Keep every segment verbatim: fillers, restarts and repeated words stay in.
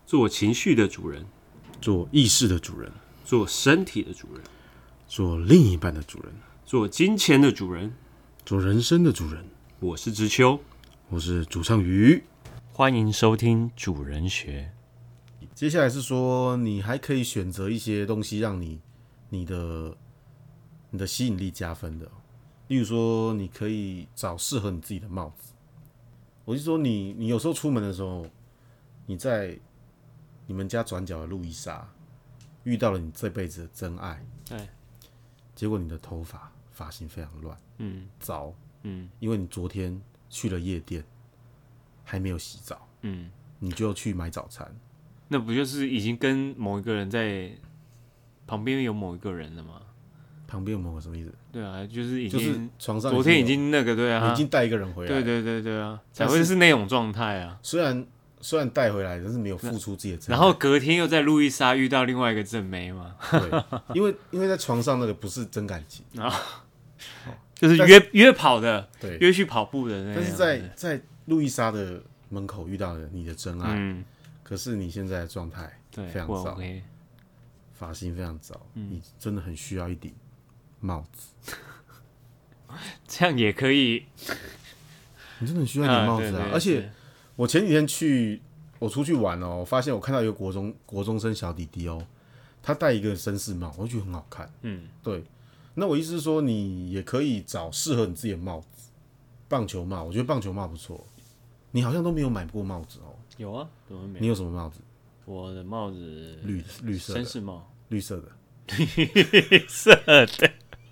做情绪的主人， 做意识的主人， 做身体的主人， 做另一半的主人， 做金钱的主人， 做人生的主人。 我是知秋， 我是主唱鱼， 欢迎收听主人学。 接下来是说，你还可以选择一些东西，让你你的你的吸引力加分的。例如说，你可以找适合你自己的帽子。我是说你，你有时候出门的时候，你在你们家转角的路易莎遇到了你这辈子的真爱， 对， 结果你的头发发型非常乱， 嗯糟， 嗯因为你昨天去了夜店，还没有洗澡， 嗯， 你就去买早餐， 那不就是已经跟某一个人在旁边有某一个人了吗？ 旁边有某个什么意思？ 对啊，就是已经、 就是床上昨天已经那个对啊， 已经带一个人回来， 对对对对啊，才会是那种状态啊。 虽然虽然带回来，但是没有付出自己的真爱。 然后隔天又在路易莎遇到另外一个正妹嘛， 对，因为因为在床上那个不是真感情， 然后就是约约跑的， 对， 约去跑步的那样。 但是在在路易莎的门口遇到了你的真爱， 嗯， 可是你现在的状态对， 非常糟， OK， 发型非常糟， 嗯你真的很需要一顶帽子， 这样也可以。 你真的很需要一顶帽子啊！ 啊对对而且对我前几天去我出去玩哦，我发现我看到一个国中国中生小弟弟哦，他戴一个绅士帽，我就觉得很好看。 嗯， 对，那我意思是说，你也可以找适合你自己的帽子，棒球帽，我觉得棒球帽不错。你好像都没有买过帽子哦？ 有啊，怎么没有？ 你有什么帽子？ 我的帽子绿绿色的， 绅士帽， 绿色的， 绿色的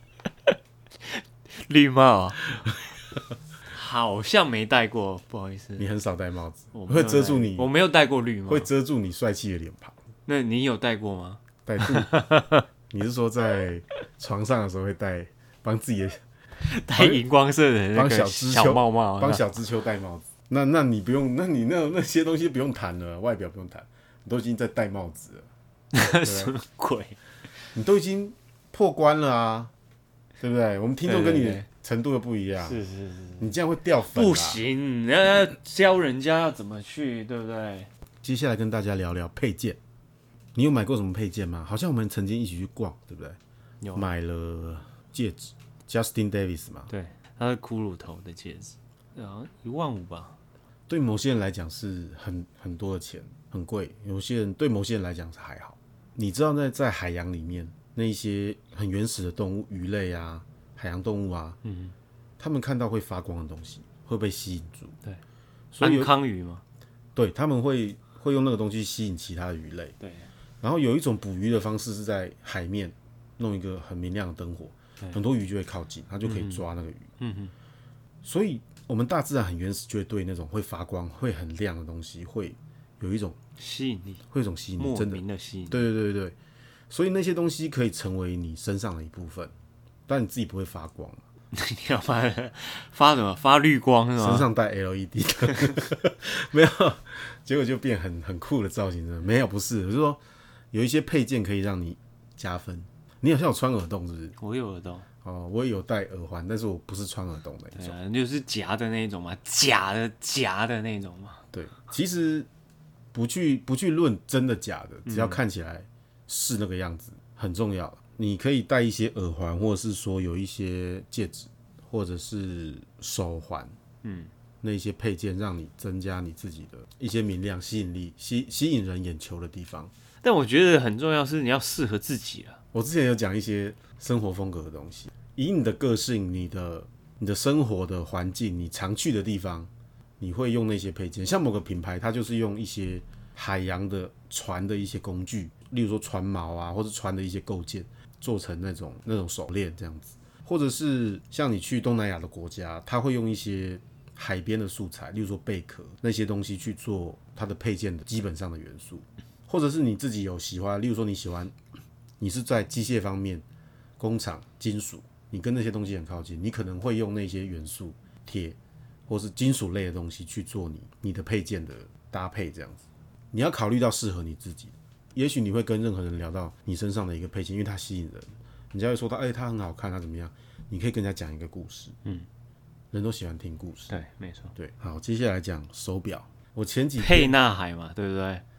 绿帽啊，好像没戴过，不好意思， 你很少戴帽子， 我没有会遮住你， 我没有戴过绿帽， 会遮住你帅气的脸庞。 那你有戴过吗？ 戴住，你是说在床上的时候会戴，帮自己的戴荧光色的那帮个小知秋小帽帽， 帮小知秋戴帽子？那那你不用，那你那那些东西不用谈了，外表不用谈，你都已经在戴帽子了， 什么鬼？ 你都已经破关了啊，对不对？我们听众跟你对对对的程度又不一样， 是是是， 你这样会掉粉、啊， 不行，你要教人家要怎么去，对不对？ 接下来跟大家聊聊配件，你有买过什么配件吗？好像我们曾经一起去逛，对不对？ 有买了戒指 ，Justin Davis 嘛， 对，他是骷髅头的戒指，然后一万五吧。 对某些人来讲是很很多的钱，很贵；有些人对某些人来讲是还好。你知道在在海洋里面那一些很原始的动物，鱼类啊、海洋动物啊，嗯，他们看到会发光的东西会被吸引住。 对， 所以安康鱼嘛， 对他们会会用那个东西吸引其他的鱼类。 对， 然后有一种捕鱼的方式是在海面弄一个很明亮的灯火，很多鱼就会靠近，它就可以抓那个鱼。嗯哼，所以我们大自然很原始，就会对那种会发光、会很亮的东西，会有一种吸引力， 会有一种吸引力， 莫真的。 名的吸引力。 对对对对，所以那些东西可以成为你身上的一部分，但你自己不会发光， 你要发发什么？发绿光是吗？ 身上带 L E D 的，没有，结果就变很很酷的造型了。没有，不是，我是说有一些配件可以让你加分。你好像有穿耳洞是不是？ 我有耳洞。 哦，我也有戴耳环，但是我不是穿耳洞的一种。 对啊，就是夹的那一种嘛，假的夹的那种嘛。 对，其实不去不去论真的假的，只要看起来是那个样子，很重要。你可以戴一些耳环，或者是说有一些戒指，或者是手环，嗯，那一些配件，让你增加你自己的一些明亮、吸引力、吸吸引人眼球的地方。 但我觉得很重要是你要适合自己啊。 我之前有讲一些生活风格的东西，以你的个性、你的你的生活的环境、你常去的地方，你会用那些配件。像某个品牌，它就是用一些海洋的船的一些工具，例如说船锚啊，或是船的一些构件，做成那种那种手链这样子。或者是像你去东南亚的国家，它会用一些海边的素材，例如说贝壳那些东西去做它的配件的基本上的元素。或者是你自己有喜欢，例如说你喜欢，你是在机械方面、工厂、金属，你跟那些东西很靠近，你可能会用那些元素、铁或是金属类的东西去做你你的配件的搭配，这样子。你要考虑到适合你自己。也许你会跟任何人聊到你身上的一个配件，因为它吸引人，人家会说他，哎、欸，它很好看，它怎么样？你可以跟人家讲一个故事，嗯，人都喜欢听故事， 对，没错， 对。好，接下来讲手表。我前几天沛纳海嘛，对不对？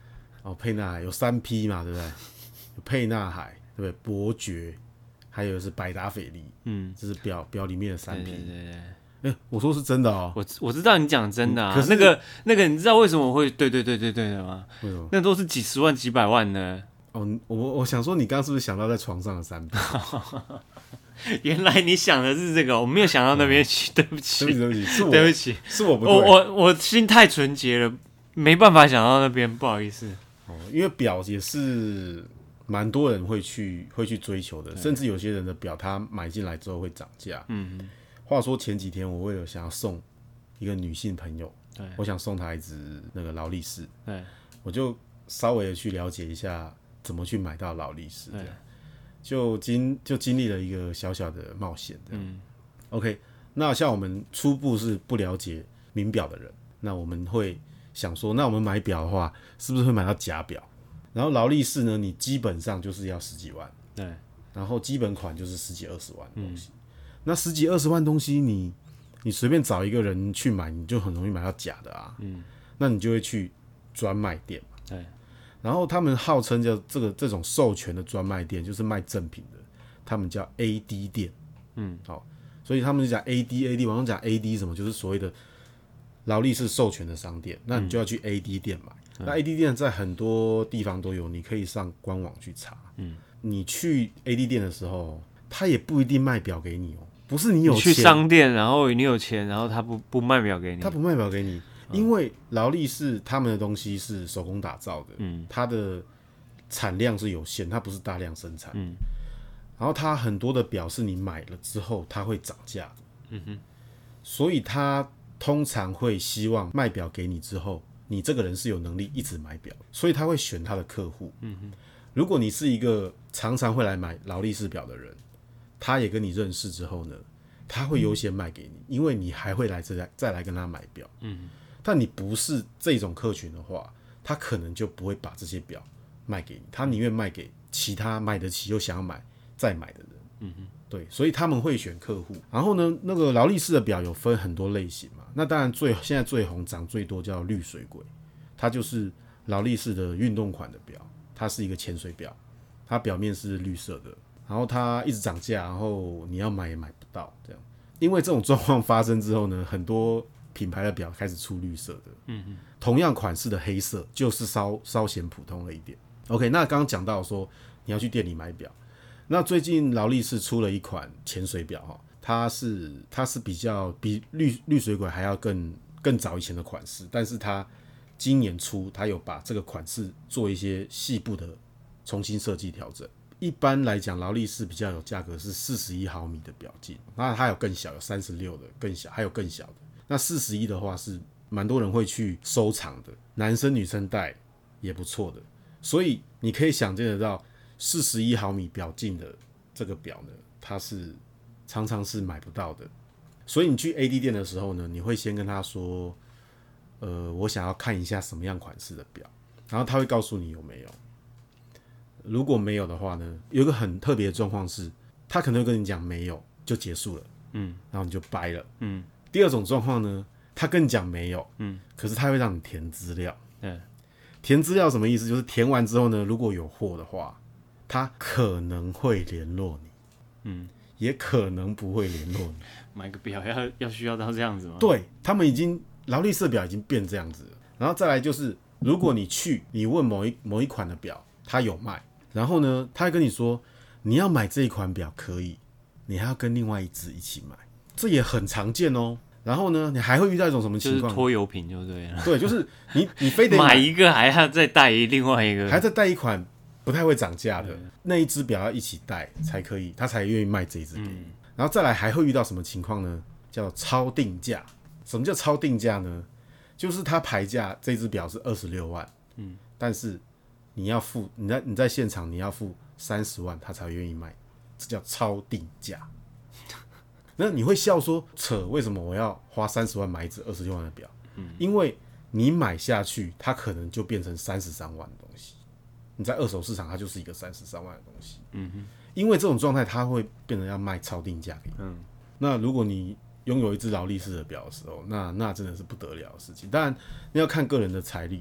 哦，沛纳海有三 P 嘛，对不对？有沛纳海，对不对？伯爵，还有是百达翡丽，嗯，这是表表里面的三 P。 对对对对。 哎、欸，我说是真的哦， 我我知道你讲真的啊， 嗯、可是那个那个，你知道为什么我会对对对对对的吗？ 为什么？ 那都是几十万几百万的。 哦，我我想说，你刚刚是不是想到在床上的三 P？ 原来你想的是这个，我没有想到那边去，对不起， 对不起，对不起，是我， 对不起， 是我不对， 我我我心太纯洁了，没办法想到那边，不好意思。 哦，因为表也是蛮多人会去会去追求的，甚至有些人的表他买进来之后会涨价。嗯，话说前几天我为了想要送一个女性朋友，我想送她一只那个劳力士，对，我就稍微的去了解一下怎么去买到劳力士，这样就经就经历了一个小小的冒险。嗯 ，OK， 那像我们初步是不了解名表的人，那我们会想说，那我们买表的话，是不是会买到假表？然后劳力士呢，你基本上就是要十几万，对，然后基本款就是十几二十万的东西。嗯、那十几二十万东西你，你你随便找一个人去买，你就很容易买到假的啊。嗯，那你就会去专卖店嘛。对，然后他们号称叫这个这种授权的专卖店，就是卖正品的，他们叫 A D 店。嗯，好，所以他们就讲 A D A D， 网上讲 A D 什么，就是所谓的劳力士授权的商店，那你就要去 A D 店买。嗯、那 A D 店在很多地方都有，你可以上官网去查。嗯，你去 A D 店的时候，他也不一定卖表给你哦，不是你有钱你去商店，然后你有钱，然后他不不卖表给你， 他不卖表给你，因为劳力士他们的东西是手工打造的，嗯，它的产量是有限，它不是大量生产，嗯，然后它很多的表是你买了之后它会涨价的，嗯哼，所以他通常会希望卖表给你之后，你这个人是有能力一直买表，所以他会选他的客户。嗯哼，如果你是一个常常会来买劳力士表的人，他也跟你认识之后呢，他会优先卖给你，因为你还会来再再来跟他买表。嗯，但你不是这种客群的话，他可能就不会把这些表卖给你，他宁愿卖给其他买得起又想要买再买的人。嗯哼。对，所以他们会选客户。然后呢，那个劳力士的表有分很多类型嘛。那当然最现在最红、涨最多叫绿水鬼，它就是劳力士的运动款的表，它是一个潜水表，它表面是绿色的，然后它一直涨价，然后你要买也买不到这样。因为这种状况发生之后呢，很多品牌的表开始出绿色的，嗯嗯，同样款式的黑色就是稍稍显普通了一点。OK， 那刚刚讲到说你要去店里买表。那最近劳力士出了一款潜水表，它是它是比较比绿绿水鬼还要更更早以前的款式，但是它今年初它有把这个款式做一些细部的重新设计调整。一般来讲，劳力士比较有价格是四十一毫米的表径，那它有更小，有三十六的更小，还有更小的。那四十一的话是蛮多人会去收藏的，男生女生戴也不错的，所以你可以想见得到。四十一毫米表径的这个表呢，它是常常是买不到的，所以你去 A D 店的时候呢，你会先跟他说，呃，我想要看一下什么样款式的表，然后他会告诉你有没有。如果没有的话呢，有一个很特别的状况是，他可能会跟你讲没有就结束了，嗯，然后你就掰了，嗯。第二种状况呢，他跟你讲没有，嗯，可是他会让你填资料，嗯，填资料什么意思？就是填完之后呢，如果有货的话。他可能会联络你，嗯，也可能不会联络你。 买个表要要需要到这样子吗？ 对，他们已经劳力士的表已经变这样子了。然后再来就是，如果你去，你问某一某一款的表，他有卖，然后呢，他会跟你说你要买这一款表可以，你还要跟另外一只一起买，这也很常见哦。然后呢，你还会遇到一种什么情况？ 就是拖油瓶就对了。 对，就是你你非得买, 买一个，还要再带另外一个， 还再带一款。不太会涨价的那一只表要一起带才可以，他才愿意卖这一只给你。嗯、然后再来还会遇到什么情况呢？叫超定价。什么叫超定价呢？就是他牌价这只表是二十六万，嗯，但是你要付你在你在现场你要付三十万，他才愿意卖，这叫超定价。那你会笑说扯，为什么我要花三十万买一只二十六万的表？嗯，因为你买下去，它可能就变成三十三万的东西。你在二手市场，它就是一个三十三万的东西。嗯哼，因为这种状态，它会变成要卖超定价给你。嗯，那如果你拥有一只劳力士的表的时候，那那真的是不得了的事情。当然，你要看个人的财力啦。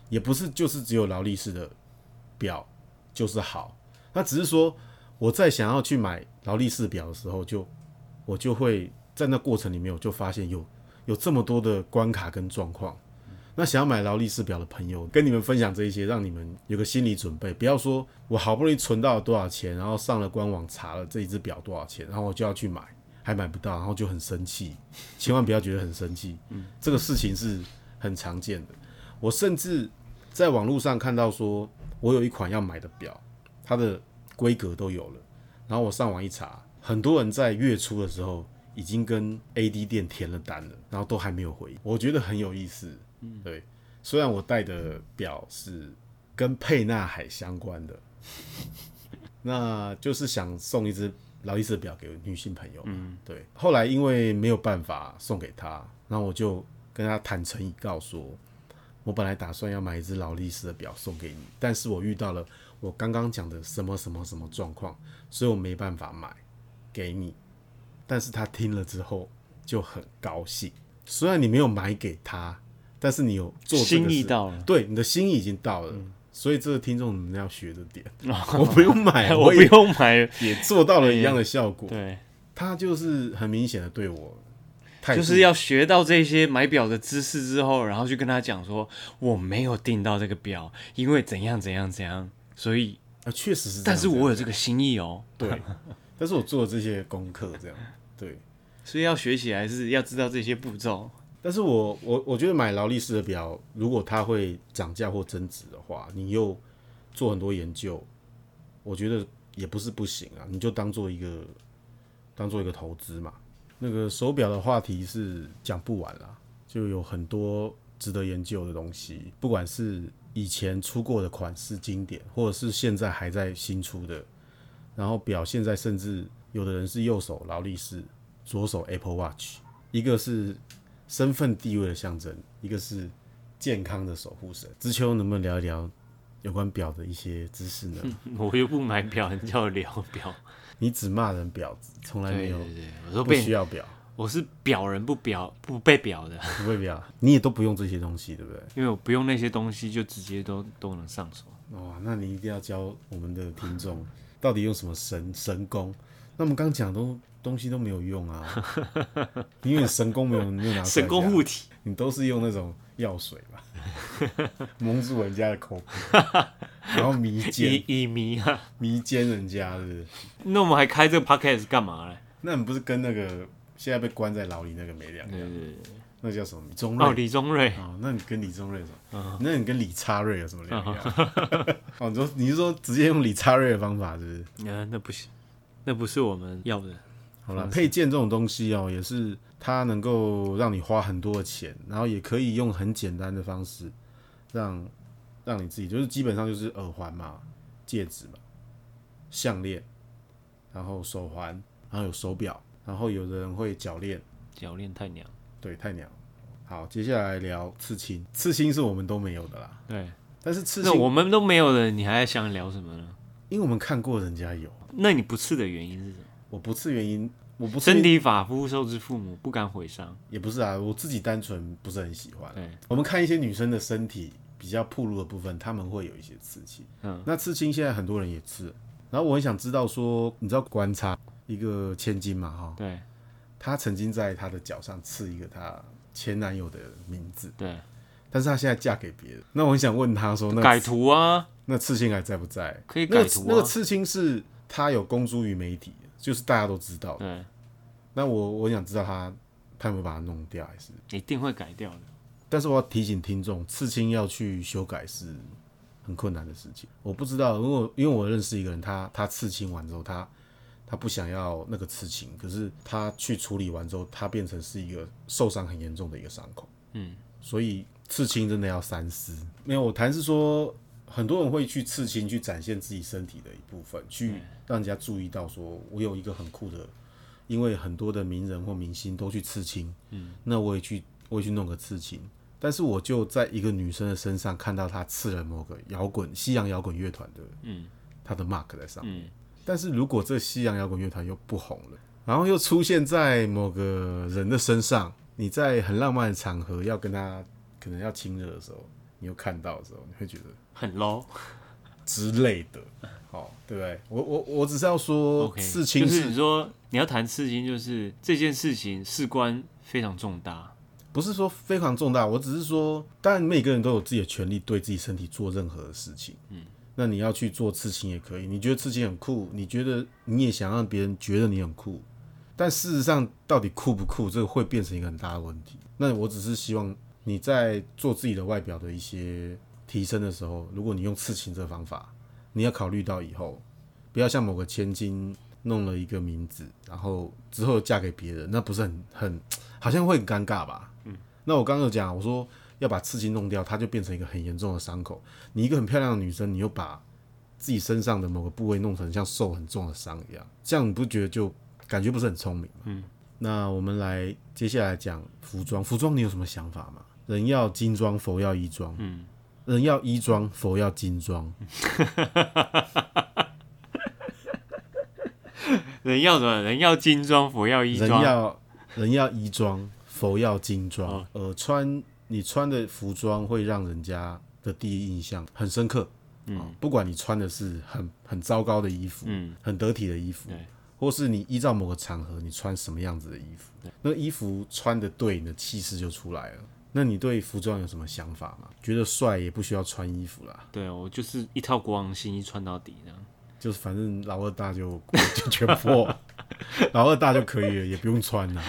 也不是就是只有劳力士的表就是好，那只是说我在想要去买劳力士表的时候就，就我就会在那过程里面，我就发现有有这么多的关卡跟状况。那想要买劳力士表的朋友，跟你们分享这一些，让你们有个心理准备，不要说我好不容易存到了多少钱，然后上了官网查了这一只表多少钱，然后我就要去买，还买不到，然后就很生气。千万不要觉得很生气，这个事情是很常见的。我甚至在网络上看到说，我有一款要买的表，它的规格都有了，然后我上网一查，很多人在月初的时候已经跟 A D 店填了单了，然后都还没有回应，我觉得很有意思。对，虽然我戴的表是跟沛纳海相关的，那就是想送一只劳力士的表给女性朋友。嗯，对。后来因为没有办法送给她，然后我就跟她坦诚以告说，我本来打算要买一只劳力士的表送给你，但是我遇到了我刚刚讲的什么什么什么状况，所以我没办法买给你。但是她听了之后就很高兴，虽然你没有买给她，但是你有做这个事， 心意到了， 对，你的心意已经到了。嗯，所以这个听众你们要学着点，我不用买， 我不用买， 也做到了一样的效果。 对， 他就是很明显的对我， 就是要学到这些买表的知识之后，然后去跟他讲说，我没有订到这个表，因为怎样怎样怎样，所以啊，确实是这样， 但是我有这个心意哦。 对，但是我做了这些功课，这样对， 所以要学起来是要知道这些步骤。 但是我我我觉得买劳力士的表，如果它会涨价或增值的话，你又做很多研究，我觉得也不是不行啊。你就当做一个当做一个投资嘛。那个手表的话题是讲不完啦，就有很多值得研究的东西，不管是以前出过的款式经典，或者是现在还在新出的。然后表现在甚至有的人是右手劳力士，左手 Apple Watch， 一个是身份地位的象征，一个是健康的守护神。知秋能不能聊一聊有关表的一些知识呢？ 我又不买表，你叫我聊表， 你只骂人婊子，从来没有， 对对对，我说不需要表， 我是表人不表不被表的， 不被表，你也都不用这些东西，对不对？ 因为我不用那些东西，就直接都都能上手。 哇，那你一定要教我们的听众到底用什么神神功。那我们刚讲的东西都没有用啊，因为你神功没有没有拿出来， 神功护体， 你都是用那种药水吧，蒙住人家的口鼻，然后迷奸， 以以迷啊， 迷奸人家，是不是？ 那我们还开这个 podcast 干嘛嘞？ 那你不是跟那个现在被关在牢里那个没两样？ 对对对， 那叫什么？李宗瑞哦，李宗瑞。 哦，那你跟李宗瑞什么？嗯、那你跟李叉瑞有什么两样？嗯、哦，你说你是说直接用李叉瑞的方法，是不是？ 嗯，那不行，那不是我们要的。 好了，配件这种东西哦，也是它能够让你花很多的钱，然后也可以用很简单的方式让让你自己，就是基本上就是耳环嘛、戒指嘛、项链，然后手环，然后有手表，然后有的人会脚链， 脚链太娘， 对，太娘。好，接下来聊刺青，刺青是我们都没有的啦。 对， 但是刺青那我们都没有的，你还想聊什么呢？ 因为我们看过人家有。 那你不刺的原因是什么？ 我不刺原因，我不刺身体发肤受之父母，不敢毁伤。 也不是啊，我自己单纯不是很喜欢。 对， 我们看一些女生的身体比较暴露的部分，她们会有一些刺青。嗯，那刺青现在很多人也刺了，然后我很想知道说，你知道观察一个千金嘛？哈， 对， 她曾经在她的脚上刺一个她前男友的名字。 对， 但是她现在嫁给别人。那我很想问她说，那改图啊？ 那刺青还在不在？ 可以改图啊。 那个刺青是她有公诸于媒体，就是大家都知道的。 对。 那我我想知道她她有没有把它弄掉，还是一定会改掉的。 但是我要提醒听众，刺青要去修改是很困难的事情。我不知道，如果因为我认识一个人，他他刺青完之后，他他不想要那个刺青，可是他去处理完之后，他变成是一个受伤很严重的一个伤口。嗯，所以刺青真的要三思。没有，我谈是说，很多人会去刺青，去展现自己身体的一部分，去让人家注意到说，我有一个很酷的，因为很多的名人或明星都去刺青，嗯，那我也去我也去弄个刺青。但是我就在一个女生的身上看到她刺了某个摇滚西洋摇滚乐团的，嗯，她的 mark 在上面。嗯、但是如果这西洋摇滚乐团又不红了，然后又出现在某个人的身上，你在很浪漫的场合要跟他可能要亲热的时候， 你又看到的时候，你会觉得很 low 之类的，好，对不对？我我我只是要说， OK， 刺青就是你说你要谈刺青，就是这件事情事关非常重大， 不是说非常重大，我只是说，当然每个人都有自己的权利对自己身体做任何的事情。嗯，那你要去做刺青也可以，你觉得刺青很酷，你觉得你也想让别人觉得你很酷，但事实上到底酷不酷，这个会变成一个很大的问题。那我只是希望你在做自己的外表的一些提升的时候，如果你用刺青这个方法，你要考虑到以后，不要像某个千金弄了一个名字，然后之后嫁给别人，那不是很很好像会很尴尬吧？嗯，那我刚刚有讲，我说要把刺青弄掉，它就变成一个很严重的伤口。你一个很漂亮的女生，你又把自己身上的某个部位弄成像受很重的伤一样，这样你不觉得就感觉不是很聪明吗？嗯，那我们来接下来讲服装，服装你有什么想法吗？人要金装，佛要衣装。嗯，人要衣装，佛要金装。 人要什么？人要金装，佛要衣装。 人要人要衣装，佛要金装。哦、呃，穿你穿的服装会让人家的第一印象很深刻。嗯、哦，不管你穿的是很很糟糕的衣服，嗯，很得体的衣服，或是你依照某个场合你穿什么样子的衣服，那衣服穿的对，你的气势就出来了。那你对服装有什么想法吗？觉得帅也不需要穿衣服啦。 对，我就是一套国王新衣穿到底这样。 就是反正老二大就就全破，老二大就可以了，也不用穿啦。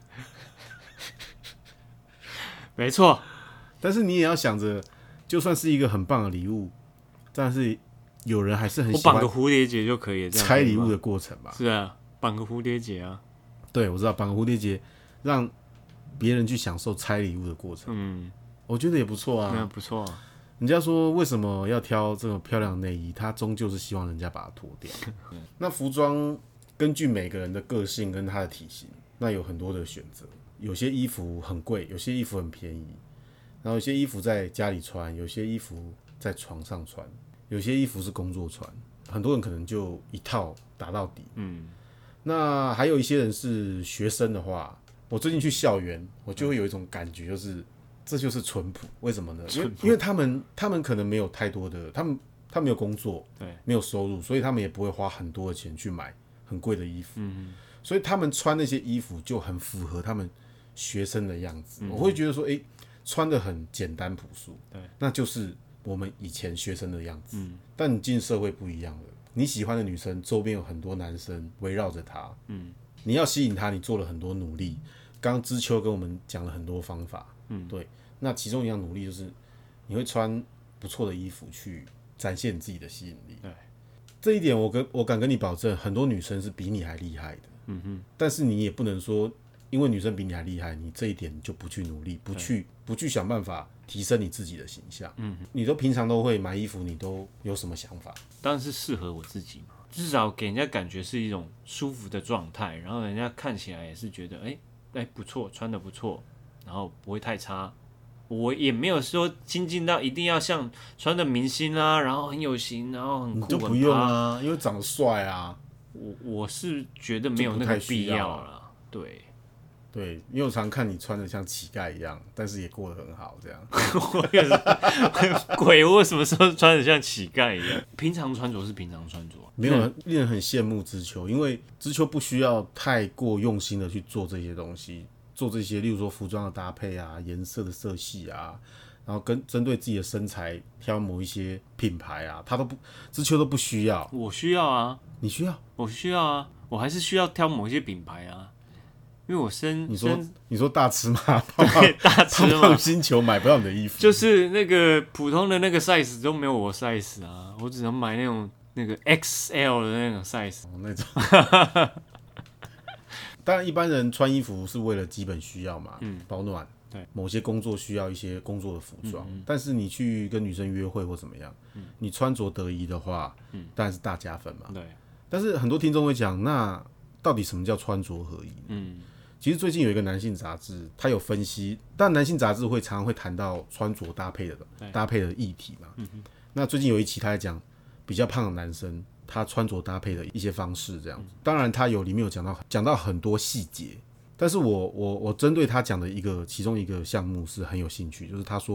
没错， 但是你也要想着，就算是一个很棒的礼物，但是有人还是很喜欢。 我绑个蝴蝶结就可以， 拆礼物的过程吧。 是啊，绑个蝴蝶结啊。 对，我知道绑个蝴蝶结，让别人去享受拆礼物的过程。嗯，我觉得也不错啊。 那不错啊。 人家说为什么要挑这种漂亮的内衣？他终究是希望人家把它脱掉。那服装根据每个人的个性跟他的体型，那有很多的选择。有些衣服很贵，有些衣服很便宜，然后有些衣服在家里穿，有些衣服在床上穿，有些衣服是工作穿。很多人可能就一套打到底。嗯，那还有一些人是学生的话，我最近去校园，我就会有一种感觉，就是这就是淳朴。为什么呢？因为因为他们他们可能没有太多的，他们他们没有工作，对，没有收入，所以他们也不会花很多的钱去买很贵的衣服。嗯，所以他们穿那些衣服就很符合他们学生的样子。嗯、我会觉得说，哎、欸，穿得很简单朴素，对，那就是我们以前学生的样子。嗯，但你进社会不一样了，你喜欢的女生周边有很多男生围绕着她。嗯，你要吸引她，你做了很多努力。刚刚知秋跟我们讲了很多方法。嗯，对。那其中一样努力就是你会穿不错的衣服去展现你自己的吸引力。对，这一点我跟我敢跟你保证，很多女生是比你还厉害的。嗯哼，但是你也不能说，因为女生比你还厉害，你这一点你就不去努力，不去不去想办法提升你自己的形象。嗯哼，你都平常都会买衣服，你都有什么想法？ 当然是适合我自己嘛，至少给人家感觉是一种舒服的状态，然后人家看起来也是觉得，哎、欸、哎、欸、不错，穿得不错，然后不会太差。我也没有说精进到一定要像穿的明星啊，然后很有型，然后很酷， 你就不用啊，因为长得帅啊。 我我是觉得没有那个必要啦。对对，因为我常看你穿的像乞丐一样，但是也过得很好，这样。 我也是鬼，我什么时候穿的像乞丐一样？平常穿着是平常穿着， 没有令人很羡慕知秋，因为知秋不需要太过用心的去做这些东西。做这些，例如说服装的搭配啊、颜色的色系啊，然后跟针对自己的身材挑某一些品牌啊，他都不，知秋都不需要。 我需要啊， 你需要， 我需要啊，我还是需要挑某一些品牌啊，因为我身你说你说大尺码， 对大尺码星球买不到你的衣服， 就是那个普通的那个 size 都没有我 size 啊，我只能买那种那个 X L 的那种 size，、 哦、那种。当然，一般人穿衣服是为了基本需要嘛，嗯，保暖。对，某些工作需要一些工作的服装，嗯嗯，但是你去跟女生约会或怎么样，嗯、你穿着得宜的话，嗯，当然是大加分嘛。对。但是很多听众会讲，那到底什么叫穿着合宜？嗯，其实最近有一个男性杂志，它有分析，但男性杂志会常常会谈到穿着搭配的搭配的议题嘛。嗯、那最近有一期他在讲比较胖的男生。他穿着搭配的一些方式，这样子，当然他有里面有讲到讲到很多细节，但是我我我针对他讲的一个其中一个项目是很有兴趣，就是他说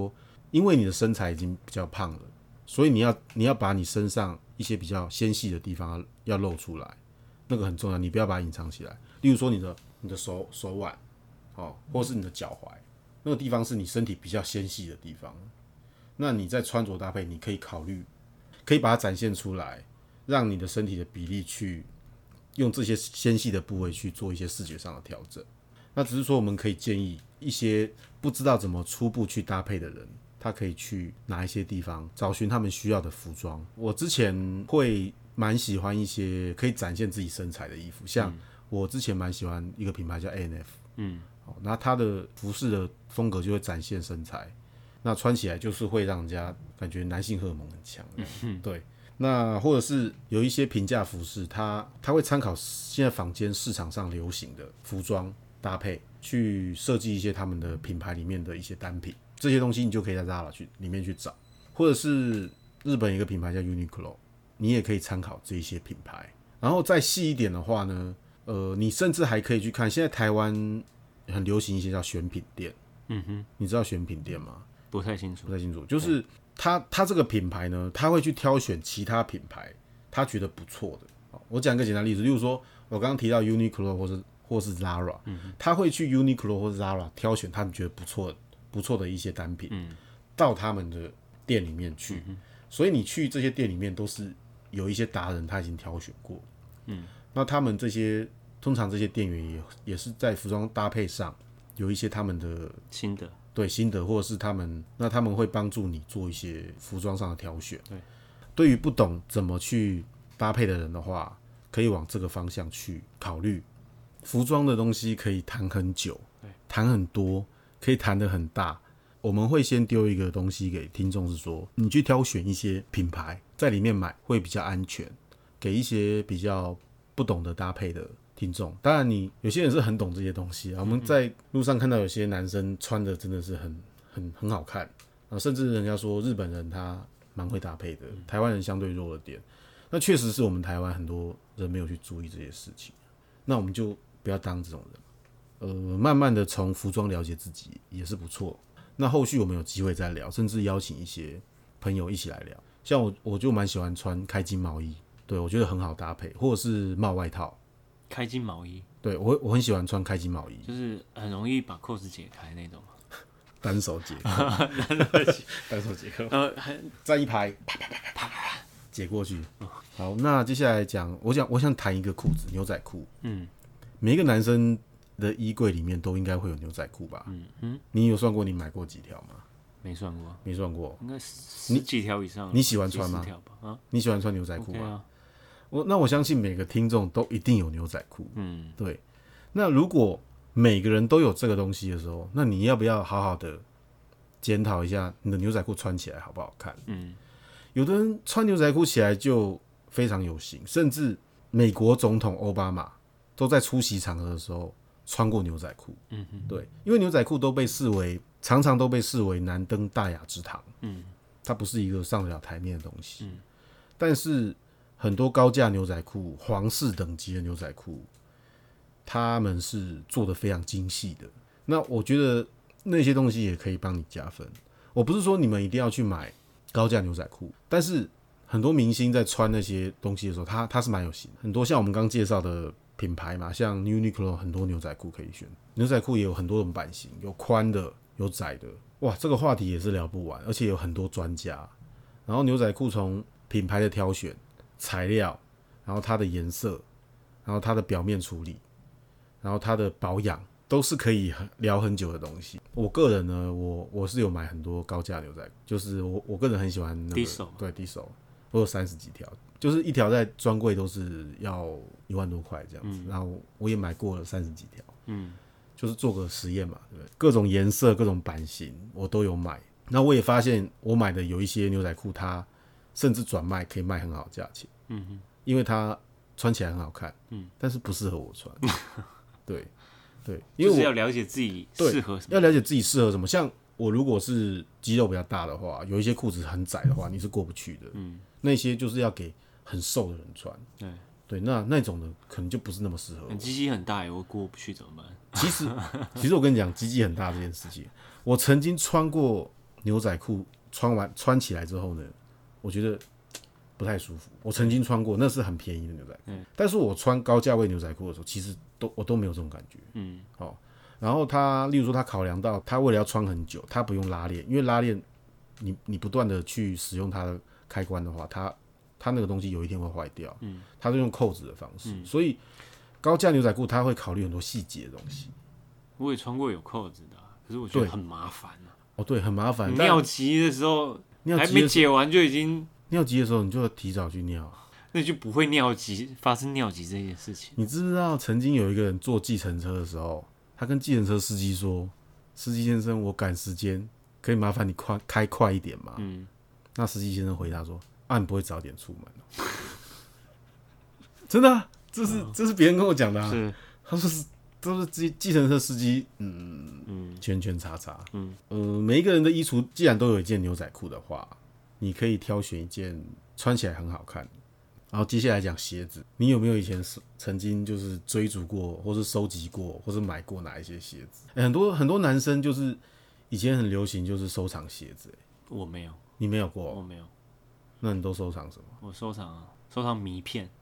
因为你的身材已经比较胖了，所以你要你要把你身上一些比较纤细的地方要露出来，那个很重要，你不要把它隐藏起来。例如说你的你的手手腕，哦，或是你的脚踝，那个地方是你身体比较纤细的地方。那你在穿着搭配，你可以考虑，可以把它展现出来，让你的身体的比例去用这些纤细的部位去做一些视觉上的调整。那只是说，我们可以建议一些不知道怎么初步去搭配的人，他可以去哪一些地方找寻他们需要的服装。我之前会蛮喜欢一些可以展现自己身材的衣服，像我之前蛮喜欢一个品牌叫 A N F， 嗯，那它的服饰的风格就会展现身材，那穿起来就是会让人家感觉男性荷尔蒙很强，嗯，对。那或者是有一些平价服饰，它它会参考现在坊间市场上流行的服装搭配，去设计一些他们的品牌里面的一些单品，这些东西你就可以在 Zara 去里面去找，或者是日本有一个品牌叫 Uniqlo， 你也可以参考这一些品牌。然后再细一点的话呢，呃，你甚至还可以去看，现在台湾很流行一些叫选品店，嗯哼，你知道选品店吗？ 不太清楚， 不太清楚，就是他他这个品牌呢，他会去挑选其他品牌他觉得不错的。我讲一个简单例子，例如说我刚刚提到 Uniqlo 或是或是 Zara，嗯，他会去 Uniqlo 或是 Zara 挑选他们觉得不错不错的一些单品，嗯，到他们的店里面去，嗯，所以你去这些店里面都是有一些达人他已经挑选过，嗯，那他们这些通常这些店员也也是在服装搭配上有一些他们的心得。 对心得，或者是他们，那他们会帮助你做一些服装上的挑选。 对， 对于不懂怎么去搭配的人的话，可以往这个方向去考虑。服装的东西可以谈很久，谈很多，可以谈得很大。我们会先丢一个东西给听众，是说你去挑选一些品牌，在里面买会比较安全，给一些比较不懂得搭配的听众。当然你有些人是很懂这些东西啊，我们在路上看到有些男生穿的真的是很很很好看啊，甚至人家说日本人他蛮会搭配的，台湾人相对弱了点。那确实是我们台湾很多人没有去注意这些事情，那我们就不要当这种人，呃，慢慢的从服装了解自己也是不错。那后续我们有机会再聊，甚至邀请一些朋友一起来聊。像我我就蛮喜欢穿开襟毛衣，对我觉得很好搭配，或者是帽外套。 开襟毛衣， 对，我我很喜欢穿开襟毛衣， 就是很容易把扣子解开那种， 单手解开，单手解开，呃，站一排，啪啪啪啪啪啪解过去。好，那接下来讲，我想我想谈一个裤子，牛仔裤。嗯，每一个男生的衣柜里面都应该会有牛仔裤吧？嗯嗯，你有算过你买过几条吗？ 没算过， 没算过， 应该十几条以上。 你喜欢穿吗？啊，你喜欢穿牛仔裤吗？ Okay 啊我那我相信每个听众都一定有牛仔裤，嗯，对。那如果每个人都有这个东西的时候，那你要不要好好的检讨一下你的牛仔裤穿起来好不好看？嗯，有的人穿牛仔裤起来就非常有型，甚至美国总统奥巴马都在出席场合的时候穿过牛仔裤，嗯哼，对，因为牛仔裤都被视为常常都被视为难登大雅之堂，嗯，它不是一个上得了台面的东西，嗯，但是很多高价牛仔裤、皇室等级的牛仔裤，他们是做的非常精细的。那我觉得那些东西也可以帮你加分。我不是说你们一定要去买高价牛仔裤，但是很多明星在穿那些东西的时候，他他是蛮有型的。很多像我们刚介绍的品牌嘛，像 Uniqlo 很多牛仔裤可以选。牛仔裤也有很多种版型，有宽的，有窄的。哇，这个话题也是聊不完，而且有很多专家。然后牛仔裤从品牌的挑选、材料，然后它的颜色，然后它的表面处理，然后它的保养，都是可以聊很久的东西。我个人呢，我我是有买很多高价牛仔裤，就是我我个人很喜欢那个， 低手， 对低手，我有三十几条，就是一条在专柜都是要一万多块这样子，嗯、然后我也买过了三十几条，嗯，就是做个实验嘛，对不对？各种颜色、各种版型我都有买。那我也发现我买的有一些牛仔裤，它甚至转卖可以卖很好的价钱，嗯哼，因为它穿起来很好看，嗯，但是不适合我穿，对对，因为我就是要了解自己适合什么， 要了解自己适合什么。像我如果是肌肉比较大的话，有一些裤子很窄的话，你是过不去的，嗯，那些就是要给很瘦的人穿，对对，那那种的可能就不是那么适合我。 鸡鸡很大耶，我过不去怎么办？ 其实其实我跟你讲，鸡鸡很大这件事情，我曾经穿过牛仔裤穿完穿起来之后呢，我觉得不太舒服。我曾经穿过，那是很便宜的牛仔裤，嗯、但是我穿高价位牛仔裤的时候，其实都我都没有这种感觉。嗯，哦，然后他例如说他考量到他为了要穿很久，他不用拉链，因为拉链你你不断的去使用它的开关的话，它它那个东西有一天会坏掉。嗯，他是用扣子的方式，嗯、所以高价牛仔裤他会考虑很多细节的东西。 我也穿过有扣子的、啊，可是我觉得很麻烦啊。 哦，对，很麻烦。 尿急的时候还没解完就已经尿急的时候，你就要提早去尿， 那就不会尿急发生尿急这件事情。 你知不知道曾经有一个人坐计程车的时候，他跟计程车司机说：“司机先生，我赶时间，可以麻烦你快开快一点吗？”嗯，那司机先生回答说：“啊，你不会早点出门哦？”真的、啊，这是、嗯、这是别人跟我讲的、啊。是，他说是。都是计计程车司机，嗯嗯，圈圈叉叉，嗯呃，每一个人的衣橱既然都有一件牛仔裤的话，你可以挑选一件穿起来很好看。然后接下来讲鞋子，你有没有以前曾经就是追逐过，或是收集过，或是买过哪一些鞋子？欸、很多很多男生就是以前很流行就是收藏鞋子、欸， 我没有， 你没有过？ 我没有。 那你都收藏什么？ 我收藏啊，收藏迷片。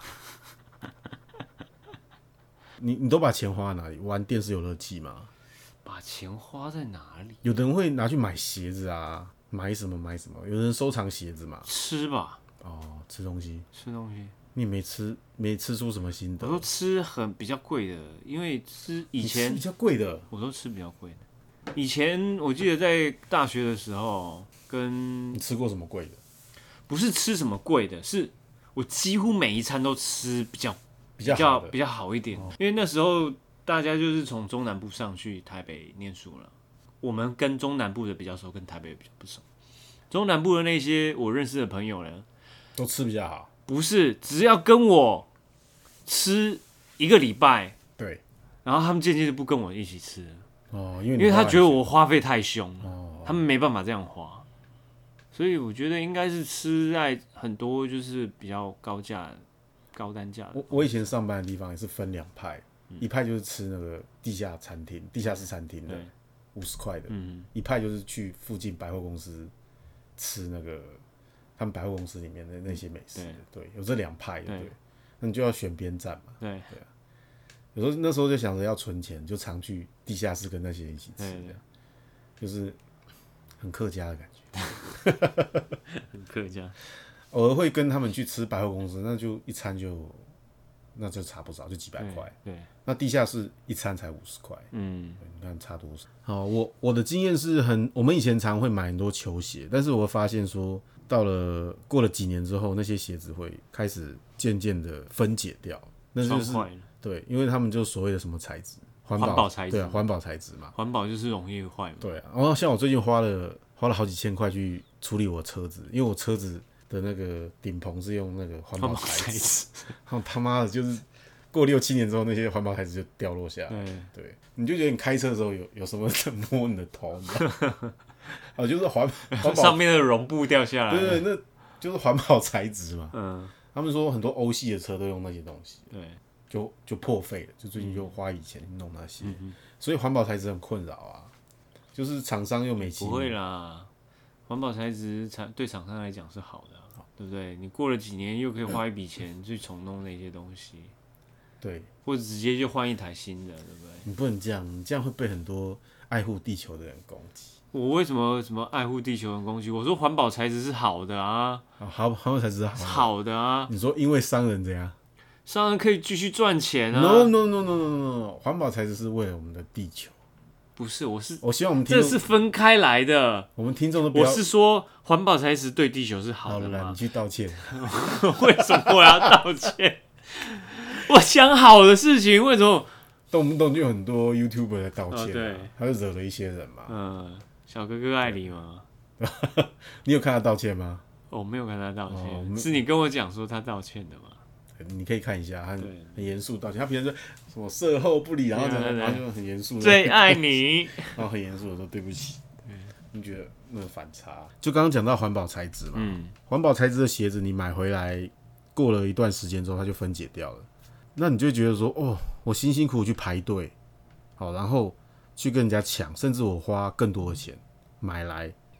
你你都把钱花在哪里？玩电视游乐器吗？ 把钱花在哪里？ 有的人会拿去买鞋子啊，买什么买什么。有人收藏鞋子嘛？ 吃吧。 哦，吃东西。 吃东西。 你没吃没吃出什么心得？ 我都吃很比较贵的，因为吃以前比较贵的， 我都吃比较贵的。以前我记得在大学的时候，跟你吃过什么贵的？ 不是吃什么贵的，是我几乎每一餐都吃比较。比较好比较好一点，因为那时候大家就是从中南部上去台北念书了。我们跟中南部的比较熟，跟台北比较不熟。中南部的那些我认识的朋友呢， 都吃比较好。 不是，只要跟我吃一个礼拜， 对， 然后他们渐渐就不跟我一起吃了。 哦，因为因为他觉得我花费太凶了， 哦， 他们没办法这样花，所以我觉得应该是吃在很多就是比较高价的。高单价的。 我我以前上班的地方也是分两派，嗯、一派就是吃那个地下餐厅、地下室餐厅的五十块的，嗯、一派就是去附近百货公司吃那个他们百货公司里面的那些美食。对，对有这两派，对，对那你就要选边站嘛。 对， 对啊。有时候那时候就想着要存钱，就常去地下室跟那些人一起吃，就是很客家的感觉，很客家。 偶尔会跟他们去吃百货公司，那就一餐就那就差不少，就几百块。对，那地下室一餐才五十块。嗯，你看差多少？好，我我的经验是很，我们以前常会买很多球鞋，但是我发现说，到了过了几年之后，那些鞋子会开始渐渐的分解掉，那就是对，因为他们就所谓的什么材质，环保, 保材质，对啊，环保材质嘛， 环保就是容易坏嘛。 对啊，然后像我最近花了花了好几千块去处理我车子，因为我车子的那个顶棚是用那个环保材质，然后他妈的，就是过六七年之后，那些环保材质就掉落下来。对，对你就觉得你开车的时候有有什么在摸你的头，你知道吗？啊，就是环环保上面的绒布掉下来， 对对，那就是环保材质嘛。嗯，他们说很多欧系的车都用那些东西，对，就就破费了，就最近就花以前去弄那些，嗯、所以环保材质很困扰啊，就是厂商又没钱。 不会啦。环保材质对厂商来讲是好的、啊，对不对？你过了几年又可以花一笔钱去重弄那些东西， 对， 或者直接就换一台新的，对不对？ 你不能这样，你这样会被很多爱护地球的人攻击。 我为什么什么爱护地球的人攻击？我说环保材质是好的啊， 好，环保材质是好的， 好的啊。 你说因为商人怎样？ 商人可以继续赚钱啊 ？No No No No No No， 环保材质是为了我们的地球。 不是，我是我希望我们听众这是分开来的。 我们听众都不要， 我是说环保材质对地球是好的嘛。 好了，你去道歉。 为什么我要道歉？我想好的事情，为什么动不动就有很多 YouTuber 在道歉、啊哦？对， 他就惹了一些人嘛。 嗯，小哥哥爱你吗？ 你有看他道歉吗？ 我、哦、没有看他道歉、哦，是你跟我讲说他道歉的吗？ 你可以看一下，他很严肃道歉。他平时说什么售后不理，然后怎么，然后就很严肃。 最爱你， 然后很严肃的说对不起。你觉得那个反差？就刚刚讲到环保材质嘛，嗯，环保材质的鞋子你买回来，过了一段时间之后它就分解掉了，那你就会觉得说，哦，我辛辛苦苦去排队，好，然后去跟人家抢，甚至我花更多的钱买来，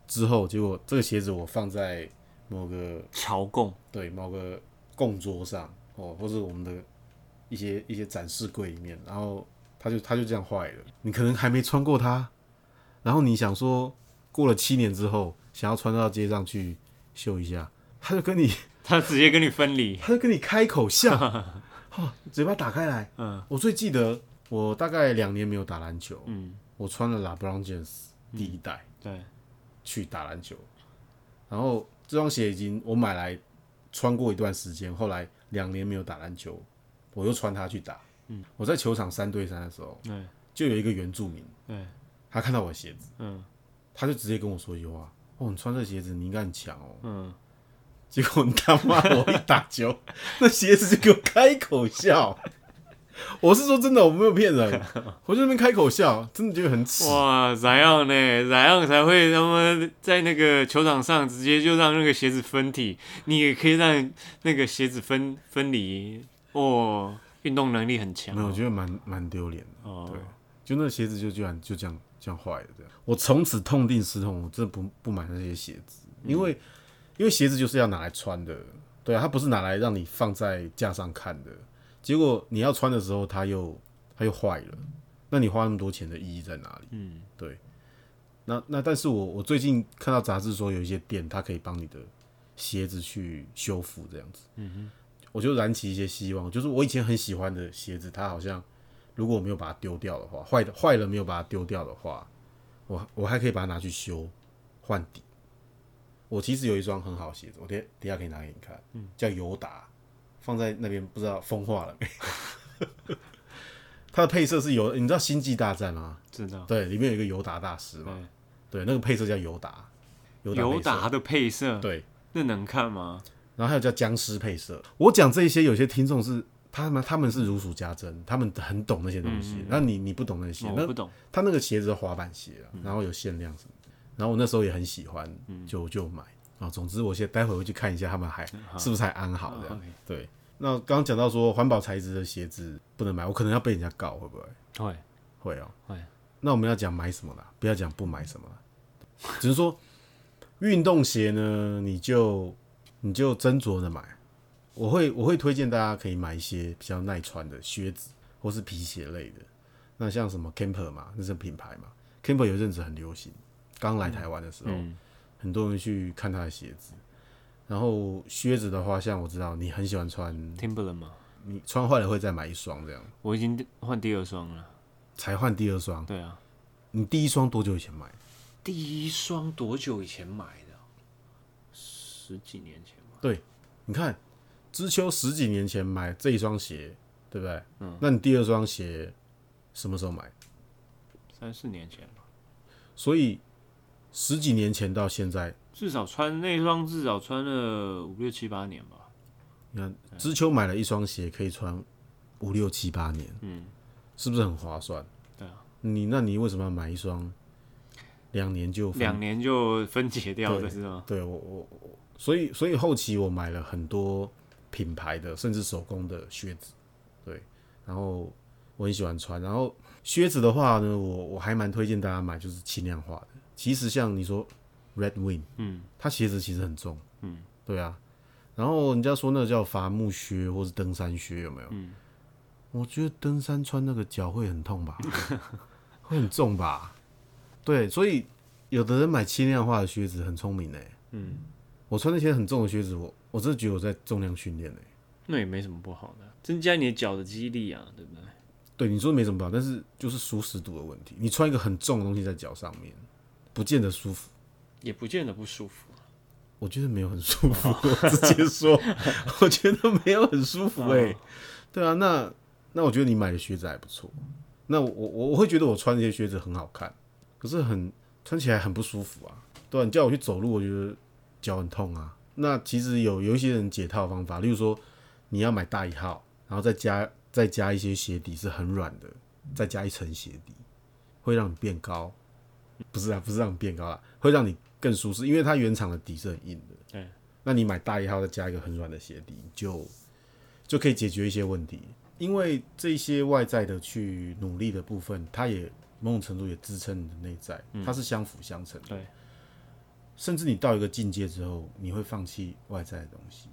之后，结果这个鞋子我放在某个朝贡， 对某个供桌上哦，或是我们的一些一些展示柜里面，然后它就它就这样坏了。你可能还没穿过它，然后你想说过了七年之后，想要穿到街上去秀一下，他就跟你他直接跟你分离， 他就跟你开口笑，哦，嘴巴打开来。 嗯， 我最记得我大概两年没有打篮球， 嗯， 我穿了 LeBron James 第一代、 嗯、对， 去打篮球，然后这双鞋已经我买来穿过一段时间，后来两年没有打篮球，我又穿它去打。嗯，我在球场三对三的时候， 对， 就有一个原住民， 对， 他看到我的鞋子， 嗯， 他就直接跟我说一句话：“哦，你穿这鞋子你应该很强哦。” 嗯， 结果你他妈的，我一打球，那鞋子就给我开口笑。我是说真的，我没有骗人，我就在那边开口笑，真的觉得很耻。 哇，怎样呢？怎样才会他妈在那个球场上直接就让那个鞋子分体？你也可以让那个鞋子分分离哦，运动能力很强、哦。 没有，我觉得蛮蛮丢脸的。 哦， 对，就那鞋子就居然就这样这样坏了，这样。我从此痛定思痛，我真的不不买那些鞋子，因为、嗯、因为鞋子就是要拿来穿的，对啊，它不是拿来让你放在架上看的。结果你要穿的时候，它又它又坏了，那你花那么多钱的意义在哪里？嗯，对。那那但是我我最近看到杂志说有一些店，它可以帮你的鞋子去修复这样子。嗯哼，我就燃起一些希望，就是我以前很喜欢的鞋子，它好像如果我没有把它丢掉的话，坏的坏了没有把它丢掉的话，我我还可以把它拿去修换底。我其实有一双很好的鞋子，我等等下可以拿给你看，嗯、叫友达。放在那边不知道风化了没？它的配色是有，你知道《星际大战》吗？ 知道。对， 里面有一个友达大师嘛。对，那个配色叫友达。 友达的配色， 对， 那能看吗？ 然后还有叫僵尸配色。我讲这些，有些听众是他们，他们是如数家珍，他们很懂那些东西。那、嗯嗯、你你不懂那些， 哦、我不懂。 他那个鞋子是滑板鞋啊，然后有限量什么的。然后我那时候也很喜欢，就就买。啊，总之我现在待会会去看一下他们还是不是还安好这样。对。那刚刚讲到说环保材质的鞋子不能买，我可能要被人家告，会不会？ 会， 会哦、 喔。会。 那我们要讲买什么啦，不要讲不买什么啦。只是说运动鞋呢，你就你就斟酌的买。我会我会推荐大家可以买一些比较耐穿的靴子，或是皮鞋类的。那像什么 Camper 嘛，那是品牌嘛 ，Camper 有一阵子很流行，刚来台湾的时候、嗯，很多人去看他的鞋子。然后靴子的话，像我知道你很喜欢穿 Timberland 吗？ 你穿坏了会再买一双这样。 我已经换第二双了。 才换第二双？ 对啊。 你第一双多久以前买？ 第一双多久以前买的？十几年前吧。 对，你看，知秋十几年前买这一双鞋，对不对？嗯。那你第二双鞋什么时候买？ 三四年前吧。 所以十几年前到现在。 至少穿那双，至少穿了五六七八年吧。 你看，知秋买了一双鞋，可以穿五六七八年，嗯，是不是很划算？ 对啊。 你那你为什么要买一双两年就两年就分解掉的是吗？ 对，我我我，所以所以后期我买了很多品牌的，甚至手工的靴子，对，然后我很喜欢穿。然后靴子的话呢，我我还蛮推荐大家买，就是轻量化的。其实像你说。Red Wing， 嗯，它鞋子其实很重，嗯，对啊。然后人家说那个叫伐木靴或是登山靴，有没有？嗯，我觉得登山穿那个脚会很痛吧，会很重吧？对，所以有的人买轻量化的靴子很聪明哎、欸，嗯，我穿那些很重的靴子，我我真的觉得我在重量训练哎， 那也没什么不好的，增加你的脚的肌力啊，对不对？ 对，你说没什么不好，但是就是舒适度的问题。你穿一个很重的东西在脚上面，不见得舒服。 也不见得不舒服、啊， 我觉得没有很舒服。我直接说，我觉得没有很舒服哎、欸。对啊，那那我觉得你买的靴子还不错。那我我我会觉得我穿这些靴子很好看，可是很穿起来很不舒服啊。对啊，你叫我去走路，我觉得脚很痛啊。那其实有有一些人解套方法，例如说你要买大一号，然后再加再加一些鞋底是很软的，再加一层鞋底，会让你变高。不是啊，不是让你变高啦，会让你更舒适，因为它原厂的底是很硬的。 对， 那你买大一号再加一个很软的鞋底，就就可以解决一些问题。因为这些外在的去努力的部分，它也某种程度也支撑你的内在，它是相辅相成的。 对， 甚至你到一个境界之后，你会放弃外在的东西。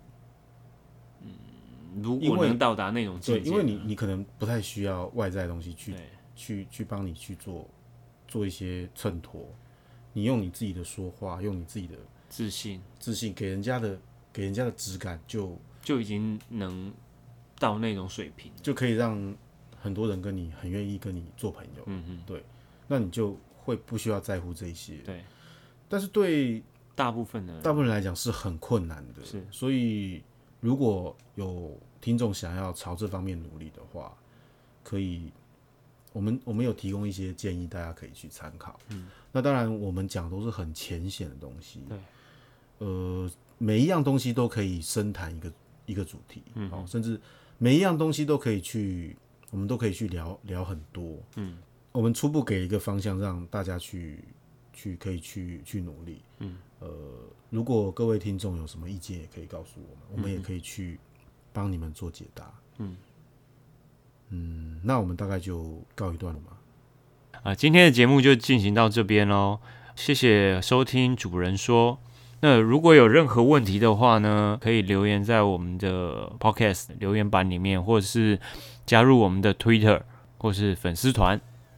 如果能到达那种境界， 对，因为你你可能不太需要外在的东西去去去帮你去做做一些衬托，你用你自己的说话，用你自己的自信， 自信给人家的给人家的质感就就已经能到那种水平， 就可以让很多人跟你很愿意跟你做朋友。嗯嗯，对，那你就会不需要在乎这些。 对， 但是对大部分的大部分人来讲是很困难的。 是， 所以如果有听众想要朝这方面努力的话，可以，我们我们有提供一些建议，大家可以去参考。嗯，那当然我们讲都是很浅显的东西。 对， 呃，每一样东西都可以深谈一个一个主题，嗯、哦，甚至每一样东西都可以去，我们都可以去聊聊很多。嗯，我们初步给一个方向，让大家去去可以去去努力。嗯，呃，如果各位听众有什么意见，也可以告诉我们，我们也可以去帮你们做解答。嗯嗯，那我们大概就告一段了嘛。 啊，今天的节目就进行到这边喽，谢谢收听主人说。那如果有任何问题的话呢，可以留言在我们的 Podcast 留言板里面，或者是加入我们的 Twitter 或是粉丝团。